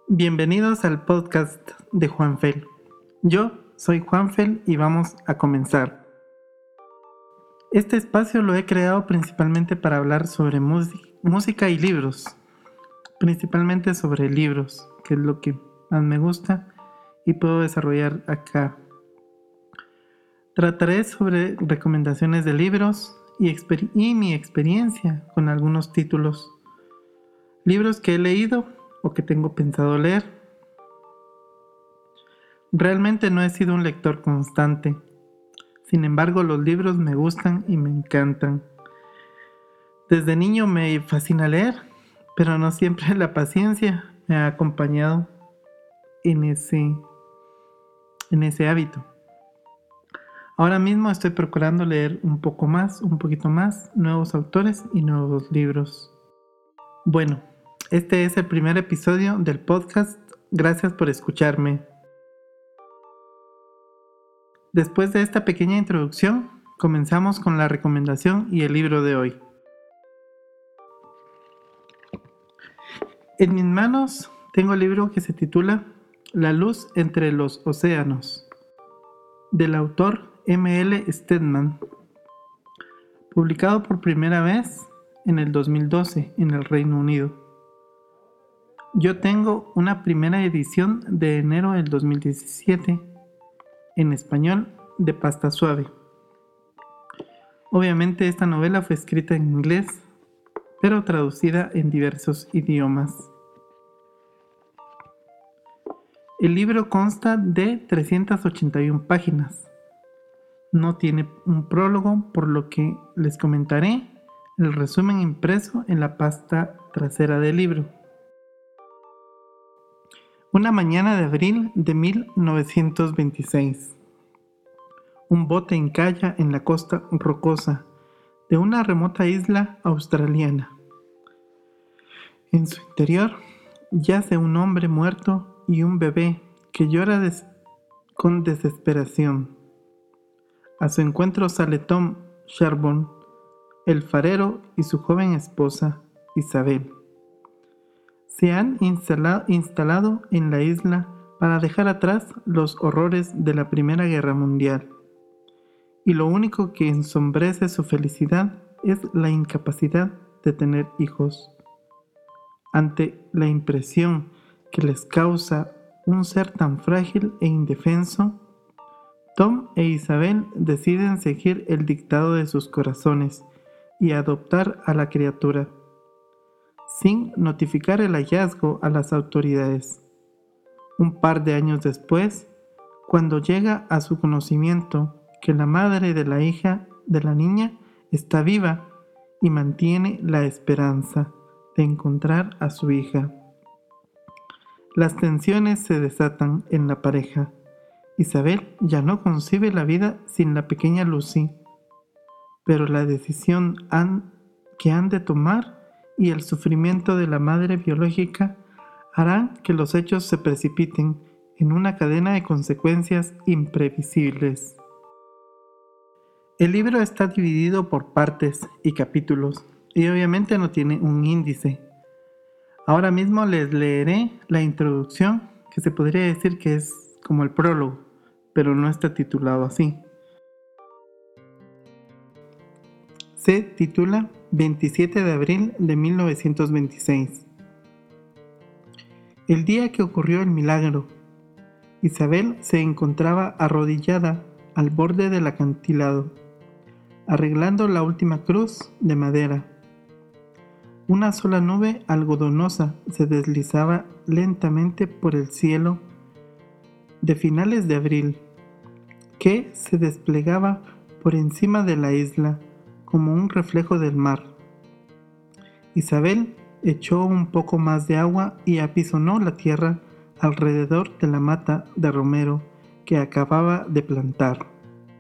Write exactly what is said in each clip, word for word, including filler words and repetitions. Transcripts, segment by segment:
Bienvenidos al podcast de Juanfel. Yo soy Juanfel y vamos a comenzar. Este espacio lo he creado principalmente para hablar sobre música y libros, principalmente sobre libros, que es lo que más me gusta y puedo desarrollar acá. Trataré sobre recomendaciones de libros y, exper- y mi experiencia con algunos títulos, libros que he leído o que tengo pensado leer. Realmente no he sido un lector constante. Sin embargo, los libros me gustan y me encantan. Desde niño me fascina leer, pero no siempre la paciencia me ha acompañado en ese, en ese hábito. Ahora mismo estoy procurando leer un poco más, un poquito más, nuevos autores y nuevos libros. Bueno, este es el primer episodio del podcast. Gracias por escucharme. Después de esta pequeña introducción, comenzamos con la recomendación y el libro de hoy. En mis manos tengo el libro que se titula La luz entre los océanos, del autor M L Stedman, publicado por primera vez en el dos mil doce en el Reino Unido. Yo tengo una primera edición de enero del dos mil diecisiete en español de pasta suave. Obviamente esta novela fue escrita en inglés, pero traducida en diversos idiomas. El libro consta de trescientas ochenta y una páginas. No tiene un prólogo, por lo que les comentaré el resumen impreso en la pasta trasera del libro. Una mañana de abril de mil novecientos veintiséis. Un bote encalla en la costa rocosa de una remota isla australiana. En su interior yace un hombre muerto y un bebé que llora des- con desesperación. A su encuentro sale Tom Sherburne, el farero, y su joven esposa, Isabel. Se han instala- instalado en la isla para dejar atrás los horrores de la Primera Guerra Mundial. Y lo único que ensombrece su felicidad es la incapacidad de tener hijos. Ante la impresión que les causa un ser tan frágil e indefenso, Tom e Isabel deciden seguir el dictado de sus corazones y adoptar a la criatura, sin notificar el hallazgo a las autoridades. Un par de años después, cuando llega a su conocimiento que la madre de la hija de la niña está viva y mantiene la esperanza de encontrar a su hija. Las tensiones se desatan en la pareja. Isabel ya no concibe la vida sin la pequeña Lucy, pero la decisión han, que han de tomar y el sufrimiento de la madre biológica harán que los hechos se precipiten en una cadena de consecuencias imprevisibles. El libro está dividido por partes y capítulos y obviamente no tiene un índice. Ahora mismo les leeré la introducción, que se podría decir que es como el prólogo, pero no está titulado así. Se titula veintisiete de abril de mil novecientos veintiséis. El día que ocurrió el milagro, Isabel se encontraba arrodillada al borde del acantilado, arreglando la última cruz de madera. Una sola nube algodonosa se deslizaba lentamente por el cielo de finales de abril, que se desplegaba por encima de la isla como un reflejo del mar. Isabel echó un poco más de agua y apisonó la tierra alrededor de la mata de romero que acababa de plantar.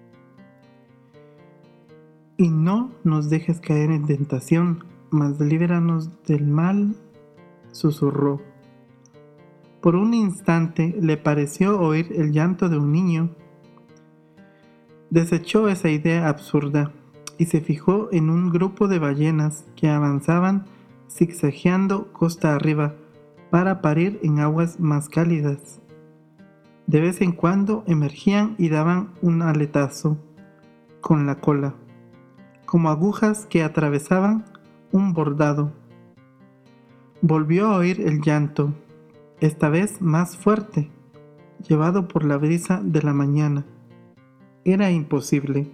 Y no nos dejes caer en tentación, mas líbranos del mal, susurró. Por un instante le pareció oír el llanto de un niño. Desechó esa idea absurda y se fijó en un grupo de ballenas que avanzaban zigzagueando costa arriba para parir en aguas más cálidas. De vez en cuando emergían y daban un aletazo con la cola, como agujas que atravesaban un bordado. Volvió a oír el llanto, esta vez más fuerte, llevado por la brisa de la mañana. Era imposible.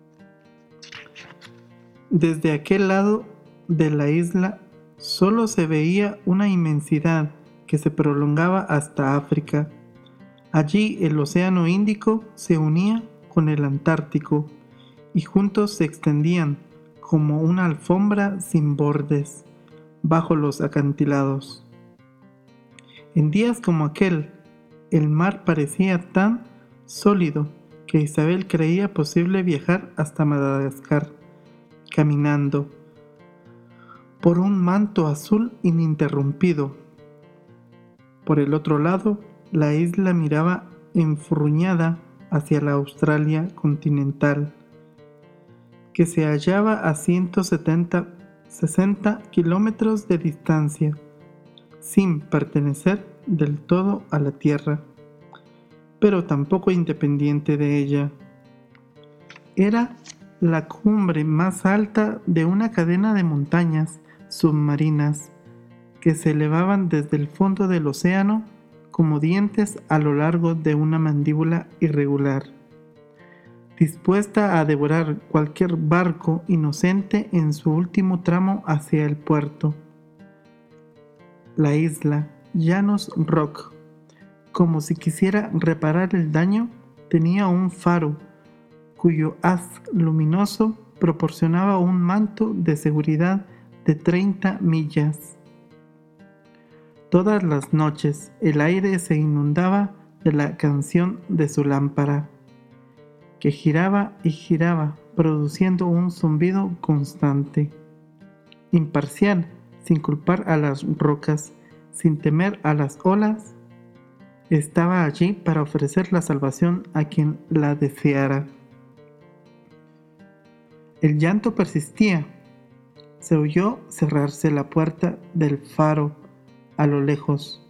Desde aquel lado de la isla solo se veía una inmensidad que se prolongaba hasta África. Allí el océano Índico se unía con el Antártico y juntos se extendían como una alfombra sin bordes bajo los acantilados. En días como aquel, el mar parecía tan sólido que Isabel creía posible viajar hasta Madagascar, caminando por un manto azul ininterrumpido. Por el otro lado, la isla miraba enfurruñada hacia la Australia continental, que se hallaba a ciento sesenta kilómetros de distancia, sin pertenecer del todo a la Tierra, pero tampoco independiente de ella. Era la cumbre más alta de una cadena de montañas submarinas que se elevaban desde el fondo del océano como dientes a lo largo de una mandíbula irregular, dispuesta a devorar cualquier barco inocente en su último tramo hacia el puerto. La isla Llanos Rock, como si quisiera reparar el daño, tenía un faro cuyo haz luminoso proporcionaba un manto de seguridad de treinta millas. Todas las noches el aire se inundaba de la canción de su lámpara, que giraba y giraba, produciendo un zumbido constante, imparcial, sin culpar a las rocas, sin temer a las olas. Estaba allí para ofrecer la salvación a quien la deseara. El llanto persistía. Se oyó cerrarse la puerta del faro a lo lejos,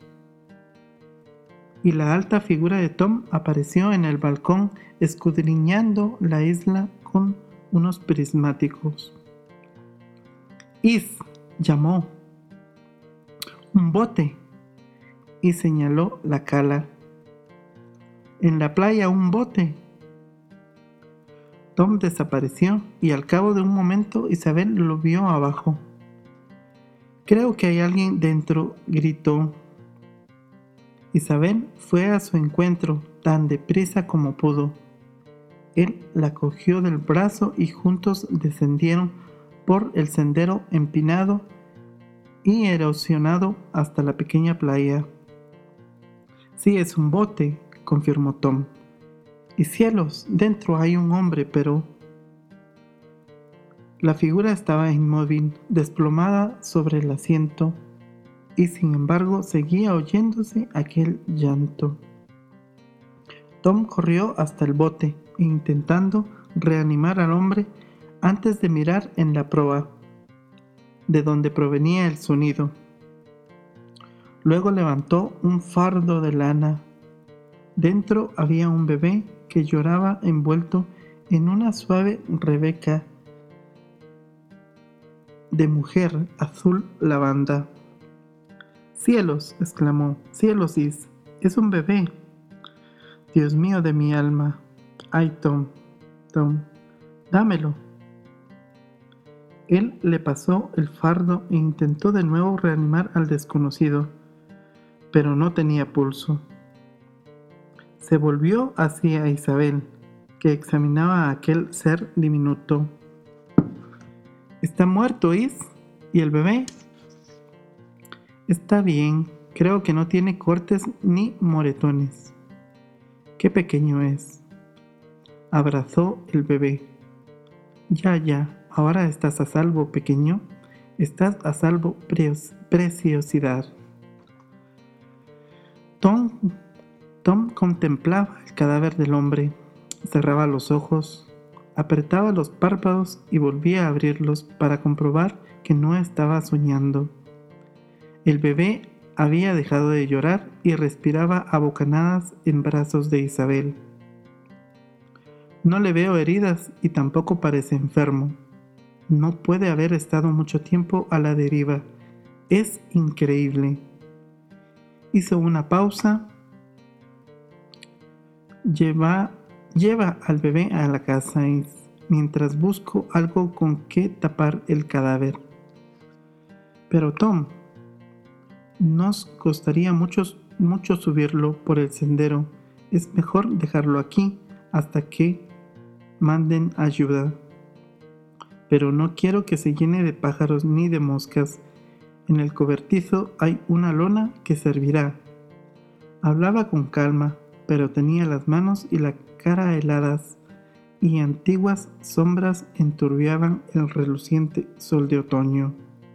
y la alta figura de Tom apareció en el balcón escudriñando la isla con unos prismáticos. «Is», llamó. «Un bote», y señaló la cala. «En la playa un bote». Tom desapareció y al cabo de un momento Isabel lo vio abajo. «Creo que hay alguien dentro», gritó. Isabel fue a su encuentro tan deprisa como pudo. Él la cogió del brazo y juntos descendieron por el sendero empinado y erosionado hasta la pequeña playa. «Sí, es un bote», confirmó Tom. «Y cielos, dentro hay un hombre, pero...» La figura estaba inmóvil, desplomada sobre el asiento, y sin embargo seguía oyéndose aquel llanto. Tom corrió hasta el bote, intentando reanimar al hombre antes de mirar en la proa, de donde provenía el sonido. Luego levantó un fardo de lana. Dentro había un bebé que lloraba envuelto en una suave rebeca de mujer azul lavanda. «¡Cielos!», exclamó. «¡Cielos, Is! ¡Es un bebé! Dios mío de mi alma! ¡Ay, Tom! Tom, dámelo». Él le pasó el fardo e intentó de nuevo reanimar al desconocido, pero no tenía pulso. Se volvió hacia Isabel, que examinaba a aquel ser diminuto. «Está muerto, Is. ¿Y el bebé?» «Está bien. Creo que no tiene cortes ni moretones». «Qué pequeño es». Abrazó el bebé. «Ya, ya. Ahora estás a salvo, pequeño. Estás a salvo, pre- preciosidad». Tom, Tom contemplaba el cadáver del hombre. Cerraba los ojos, apretaba los párpados y volvía a abrirlos para comprobar que no estaba soñando. El bebé había dejado de llorar y respiraba a bocanadas en brazos de Isabel. No le veo heridas y tampoco parece enfermo. No puede haber estado mucho tiempo a la deriva. Es increíble. Hizo una pausa. Lleva, lleva al bebé a la casa mientras busco algo con que tapar el cadáver. Pero Tom, nos costaría mucho, mucho subirlo por el sendero. Es mejor dejarlo aquí hasta que manden ayuda. Pero no quiero que se llene de pájaros ni de moscas. En el cobertizo hay una lona que servirá. Hablaba con calma, pero tenía las manos y la cara heladas, y antiguas sombras enturbiaban el reluciente sol de otoño.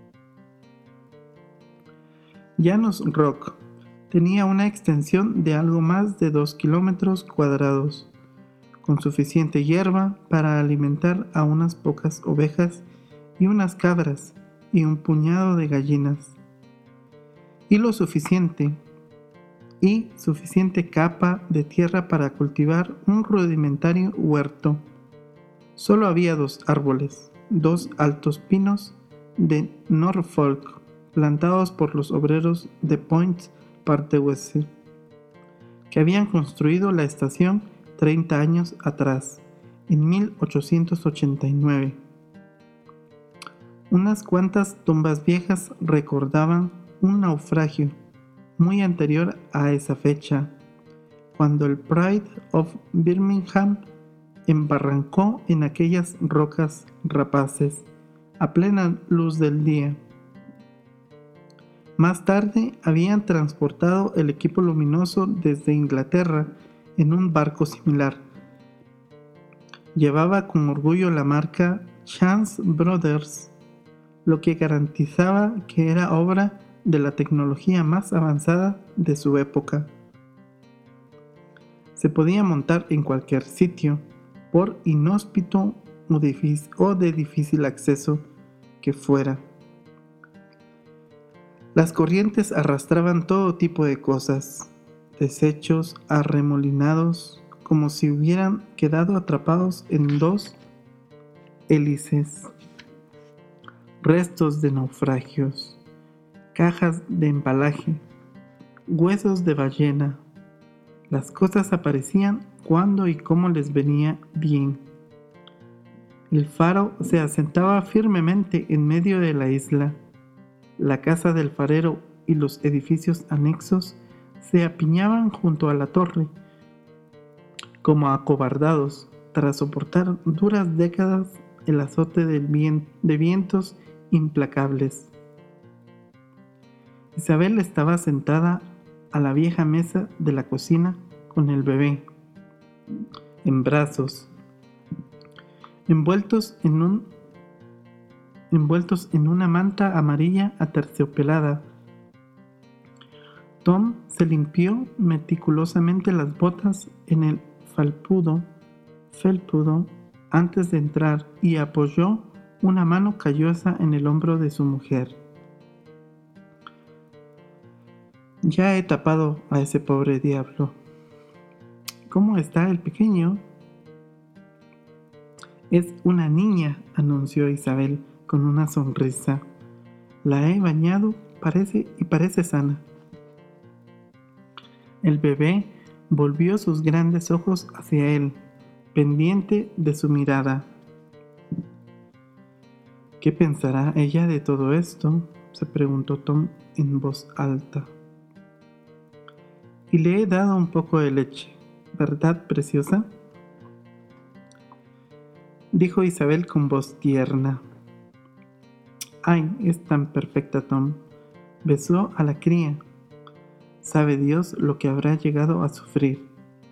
Llanos Rock tenía una extensión de algo más de dos kilómetros cuadrados, con suficiente hierba para alimentar a unas pocas ovejas y unas cabras y un puñado de gallinas, y lo suficiente, y suficiente capa de tierra para cultivar un rudimentario huerto. Solo había dos árboles, dos altos pinos de Norfolk, plantados por los obreros de Point Partewes, que habían construido la estación treinta años atrás, en mil ochocientos ochenta y nueve. Unas cuantas tumbas viejas recordaban un naufragio muy anterior a esa fecha, cuando el Pride of Birmingham embarrancó en aquellas rocas rapaces a plena luz del día. Más tarde habían transportado el equipo luminoso desde Inglaterra en un barco similar. Llevaba con orgullo la marca Chance Brothers, lo que garantizaba que era obra de la tecnología más avanzada de su época. Se podía montar en cualquier sitio, por inhóspito o de difícil acceso que fuera. Las corrientes arrastraban todo tipo de cosas, desechos arremolinados, como si hubieran quedado atrapados en dos hélices, restos de naufragios, cajas de embalaje, huesos de ballena. Las cosas aparecían cuando y cómo les venía bien. El faro se asentaba firmemente en medio de la isla. La casa del farero y los edificios anexos se apiñaban junto a la torre, como acobardados, tras soportar duras décadas el azote del vien- de vientos implacables. Isabel estaba sentada a la vieja mesa de la cocina con el bebé en brazos, envueltos en un envueltos en una manta amarilla aterciopelada. Tom se limpió meticulosamente las botas en el felpudo, felpudo antes de entrar y apoyó una mano callosa en el hombro de su mujer. Ya he tapado a ese pobre diablo. ¿Cómo está el pequeño? Es una niña, anunció Isabel con una sonrisa. La he bañado, parece y parece sana. El bebé volvió sus grandes ojos hacia él, pendiente de su mirada. ¿Qué pensará ella de todo esto?, se preguntó Tom en voz alta. Y le he dado un poco de leche, ¿verdad, preciosa?, dijo Isabel con voz tierna. Ay, es tan perfecta, Tom. Besó a la cría. Sabe Dios lo que habrá llegado a sufrir.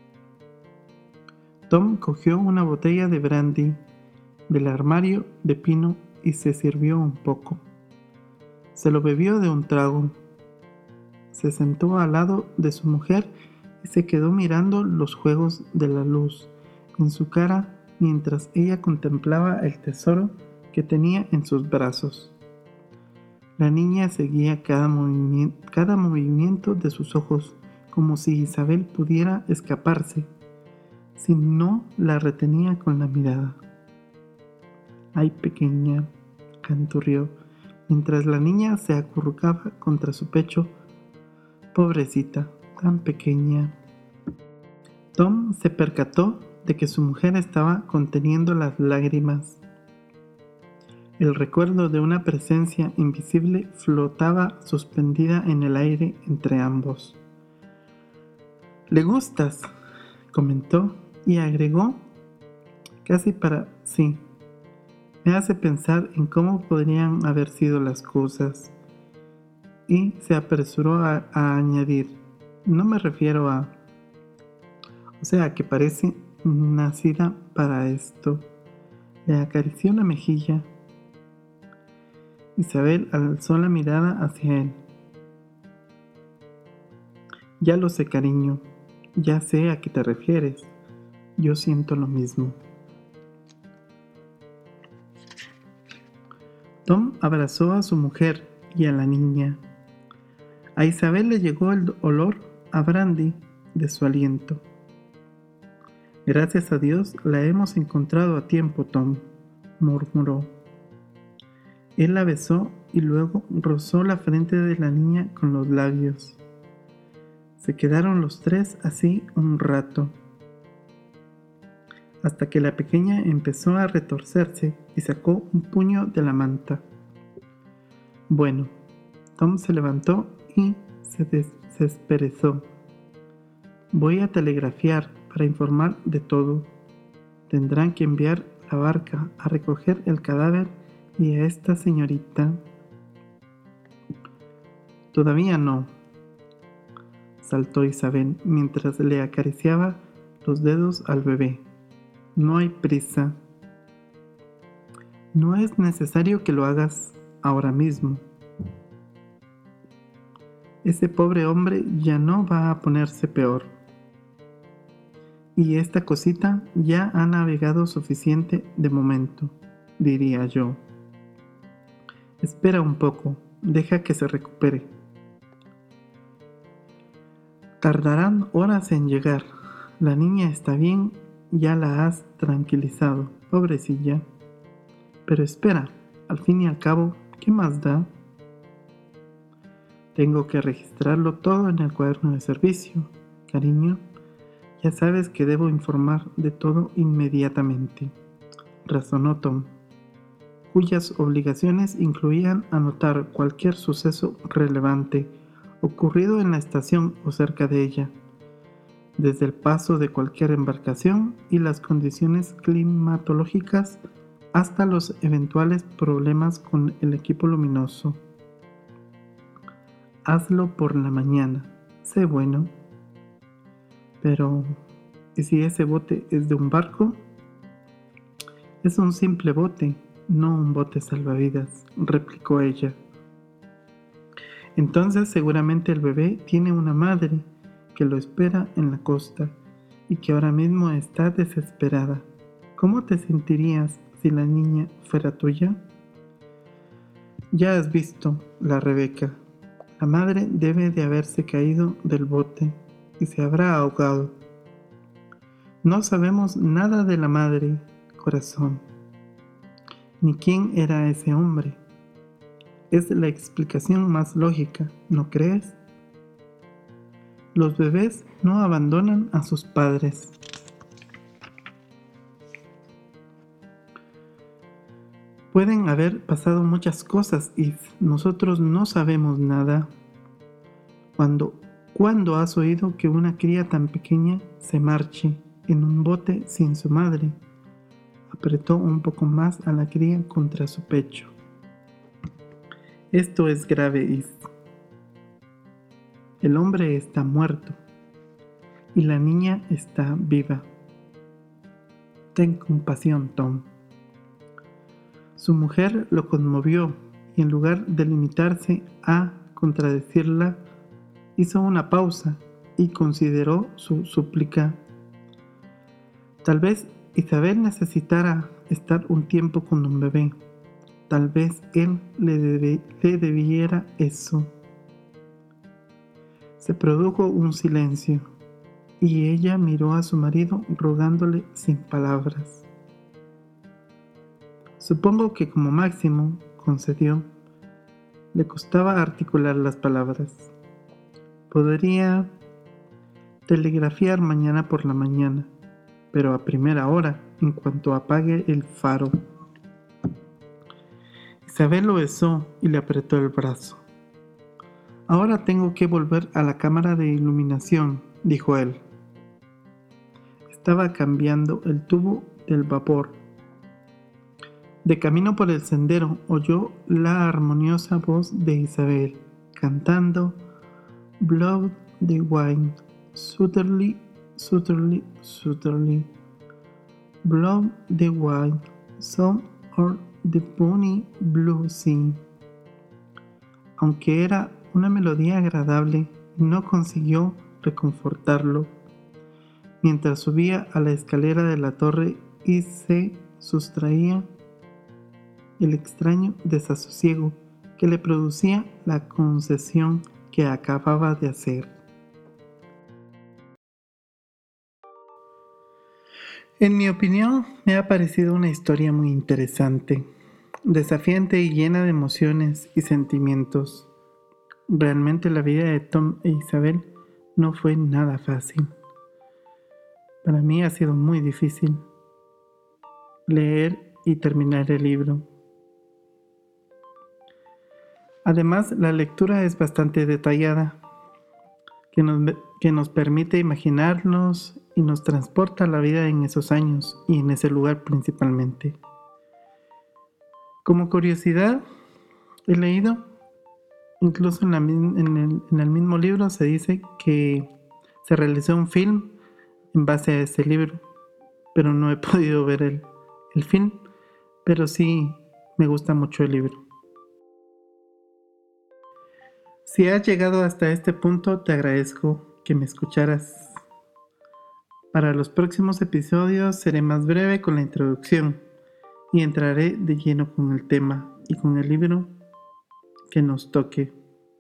Tom cogió una botella de brandy del armario de pino y se sirvió un poco. Se lo bebió de un trago. Se sentó al lado de su mujer y se quedó mirando los juegos de la luz en su cara mientras ella contemplaba el tesoro que tenía en sus brazos. La niña seguía cada movimiento, cada movimiento de sus ojos, como si Isabel pudiera escaparse, si no la retenía con la mirada. «Ay, pequeña», canturrió, mientras la niña se acurrucaba contra su pecho. «Pobrecita, tan pequeña». Tom se percató de que su mujer estaba conteniendo las lágrimas. El recuerdo de una presencia invisible flotaba suspendida en el aire entre ambos. «Le gustas», comentó y agregó, casi para sí. «Me hace pensar en cómo podrían haber sido las cosas». Y se apresuró a, a añadir, «No me refiero a... O sea, que parece nacida para esto». Le acarició la mejilla. Isabel alzó la mirada hacia él. «Ya lo sé, cariño. Ya sé a qué te refieres. Yo siento lo mismo». Tom abrazó a su mujer y a la niña. A Isabel le llegó el olor a brandy de su aliento. «Gracias a Dios la hemos encontrado a tiempo, Tom», murmuró. Él la besó y luego rozó la frente de la niña con los labios. Se quedaron los tres así un rato, hasta que la pequeña empezó a retorcerse y sacó un puño de la manta. Bueno, Tom se levantó y se desperezó. «Voy a telegrafiar para informar de todo. Tendrán que enviar la barca a recoger el cadáver y a esta señorita». «Todavía no», saltó Isabel mientras le acariciaba los dedos al bebé. «No hay prisa». «No es necesario que lo hagas ahora mismo. Ese pobre hombre ya no va a ponerse peor. Y esta cosita ya ha navegado suficiente de momento, diría yo. Espera un poco, deja que se recupere. Tardarán horas en llegar. La niña está bien, ya la has tranquilizado, pobrecilla. Pero espera, al fin y al cabo, ¿qué más da? Tengo que registrarlo todo en el cuaderno de servicio, cariño. Ya sabes que debo informar de todo inmediatamente», razonó Tom, cuyas obligaciones incluían anotar cualquier suceso relevante ocurrido en la estación o cerca de ella, desde el paso de cualquier embarcación y las condiciones climatológicas hasta los eventuales problemas con el equipo luminoso. «Hazlo por la mañana, sé bueno». «Pero, ¿y si ese bote es de un barco?» «Es un simple bote, no un bote salvavidas», replicó ella. «Entonces seguramente el bebé tiene una madre que lo espera en la costa y que ahora mismo está desesperada. ¿Cómo te sentirías si la niña fuera tuya?» «Ya has visto, la Rebeca. La madre debe de haberse caído del bote y se habrá ahogado. No sabemos nada de la madre, corazón, ni quién era ese hombre. Es la explicación más lógica, ¿no crees? Los bebés no abandonan a sus padres». «Pueden haber pasado muchas cosas y nosotros no sabemos nada. Cuando, ¿Cuándo has oído que una cría tan pequeña se marche en un bote sin su madre?» Apretó un poco más a la cría contra su pecho. «Esto es grave, Is. El hombre está muerto y la niña está viva. Ten compasión, Tom». Su mujer lo conmovió y en lugar de limitarse a contradecirla, hizo una pausa y consideró su súplica. Tal vez Isabel necesitara estar un tiempo con un bebé. tal vez él le, debe, le debiera eso. Se produjo un silencio, y ella miró a su marido rogándole sin palabras. Supongo que como máximo, concedió, le costaba articular las palabras. Podría telegrafiar mañana por la mañana, pero a primera hora, en cuanto apague el faro. Isabel lo besó y le apretó el brazo. Ahora tengo que volver a la cámara de iluminación, dijo él. Estaba cambiando el tubo del vapor. De camino por el sendero oyó la armoniosa voz de Isabel, cantando Blood the Wine, Sutterly, Sutterly, Sutterly. Blood the Wine, Song or the Bonny Blue Sea. Aunque era una melodía agradable, no consiguió reconfortarlo. Mientras subía a la escalera de la torre y se sustraía el extraño desasosiego que le producía la concesión que acababa de hacer. En mi opinión, me ha parecido una historia muy interesante, desafiante y llena de emociones y sentimientos. Realmente la vida de Tom e Isabel no fue nada fácil. Para mí ha sido muy difícil leer y terminar el libro. Además, la lectura es bastante detallada, que nos, que nos permite imaginarnos y nos transporta a la vida en esos años y en ese lugar principalmente. Como curiosidad, he leído, incluso en, la, en, el, en el mismo libro se dice que se realizó un film en base a ese libro, pero no he podido ver el, el film, pero sí me gusta mucho el libro. Si has llegado hasta este punto, te agradezco que me escucharas. Para los próximos episodios seré más breve con la introducción y entraré de lleno con el tema y con el libro que nos toque.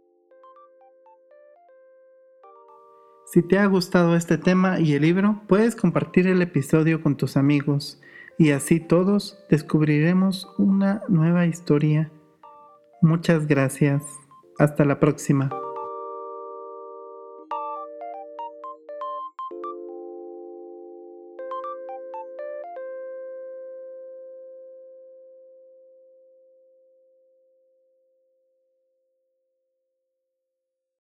Si te ha gustado este tema y el libro, puedes compartir el episodio con tus amigos y así todos descubriremos una nueva historia. Muchas gracias. Hasta la próxima.